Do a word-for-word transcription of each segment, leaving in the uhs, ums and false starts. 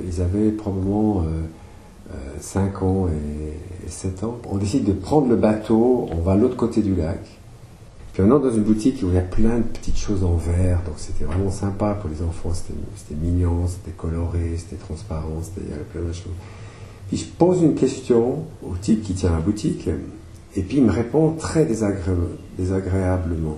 ils avaient probablement euh, euh, cinq ans et, et sept ans. On décide de prendre le bateau, on va à l'autre côté du lac. Puis on entre dans une boutique où il y a plein de petites choses en verre, donc c'était vraiment sympa pour les enfants, c'était, c'était mignon, c'était coloré, c'était transparent, c'était, il y avait plein de choses. Puis je pose une question au type qui tient la boutique, et puis il me répond très désagré... désagréablement.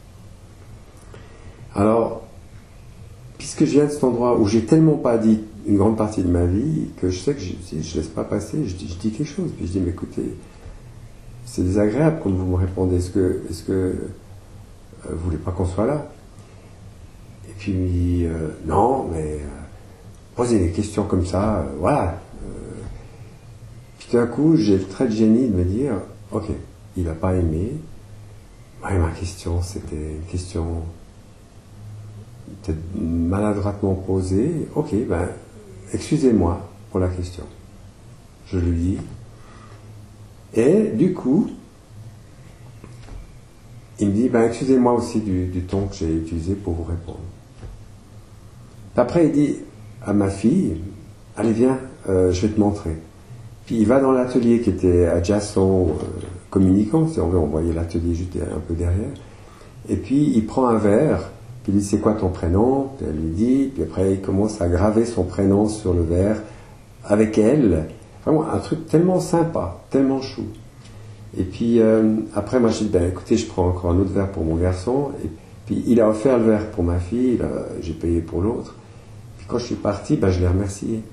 Alors, puisque je viens de cet endroit où j'ai tellement pas dit une grande partie de ma vie, que je sais que je ne laisse pas passer, je dis, je dis quelque chose, puis je dis, mais écoutez, c'est désagréable quand vous me répondez, est-ce que, est-ce que euh, vous voulez pas qu'on soit là? Et puis il me dit, euh, non, mais euh, posez des questions comme ça, euh, voilà. Puis tout d'un coup, j'ai le trait de génie de me dire, ok, il n'a pas aimé. Ouais, ma question, c'était une question peut-être maladroitement posée. Ok, ben, excusez-moi pour la question. Je lui dis. Et du coup, il me dit, ben, excusez-moi aussi du, du ton que j'ai utilisé pour vous répondre. Puis après, il dit à ma fille, allez, viens, euh, je vais te montrer. Puis il va dans l'atelier qui était adjacent, euh, communicant, si on veut, on voyait l'atelier juste un peu derrière. Et puis il prend un verre, puis il dit, c'est quoi ton prénom? Puis elle lui dit, puis après il commence à graver son prénom sur le verre avec elle. Vraiment un truc tellement sympa, tellement chou. Et puis euh, après moi j'ai dit, ben écoutez, je prends encore un autre verre pour mon garçon. Et puis il a offert le verre pour ma fille, là, j'ai payé pour l'autre. Puis quand je suis parti, ben je l'ai remercié.